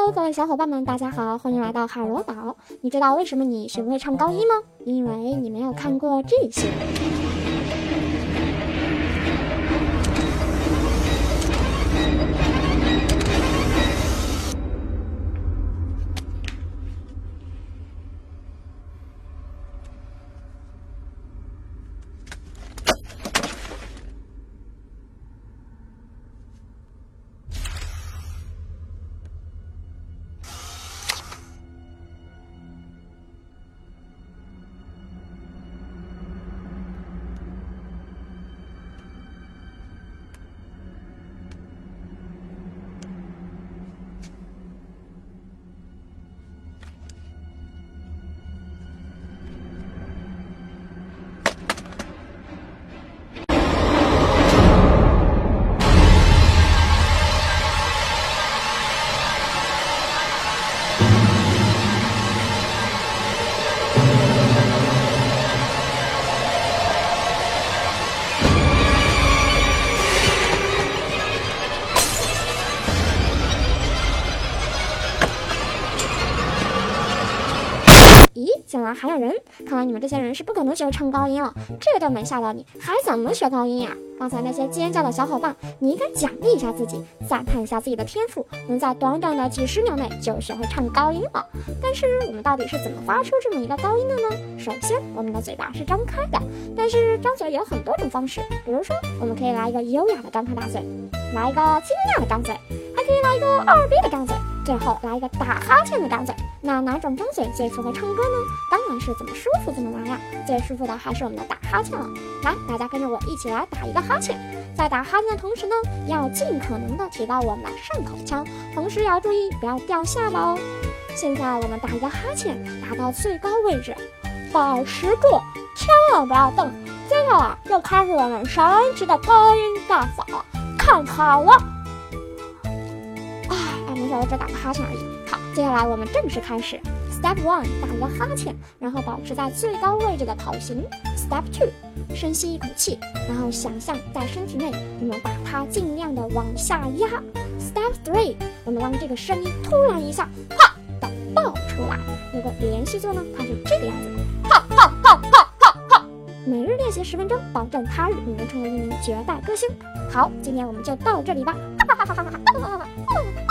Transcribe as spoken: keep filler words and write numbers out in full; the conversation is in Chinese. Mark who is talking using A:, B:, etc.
A: Hello， 各位小伙伴们，大家好，欢迎来到海螺岛。你知道为什么你学不会唱高音吗？因为你没有看过这些。咦，竟然还有人！看来你们这些人是不可能学会唱高音了。这都没吓到你，还怎么学高音呀？刚才那些尖叫的小伙伴，你应该奖励一下自己，赞叹一下自己的天赋，能在短短的几十秒内就学会唱高音了。但是我们到底是怎么发出这么一个高音的呢？首先，我们的嘴巴是张开的，但是张嘴有很多种方式，比如说，我们可以来一个优雅的张开大嘴，来一个惊讶的张嘴，还可以来一个二逼的张嘴，最后来一个打哈欠的张嘴。那哪种张嘴最符合唱歌呢？当然是怎么舒服怎么来呀！最舒服的还是我们的打哈欠了。来，大家跟着我一起来打一个哈欠。在打哈欠的同时呢，要尽可能的提高我们的上口腔，同时也要注意不要掉下巴哦。现在我们打一个哈欠，打到最高位置，保持住，千万不要动。接下来就开始我们神奇的高音大法，看好了。哎，没事，我只打个哈欠而已。好，接下来我们正式开始。Step one， 打一个哈欠，然后保持在最高位置的头型。Step two， 深吸一口气，然后想象在身体内，我们把它尽量的往下压。Step three， 我们让这个声音突然一下哈的爆出来。如果连续做呢，它是这个样子，哈哈哈哈哈哈。每日练习十分钟，保证他日你能成为一名绝代歌星。好，今天我们就到这里吧，哈哈哈哈哈哈哈哈哈。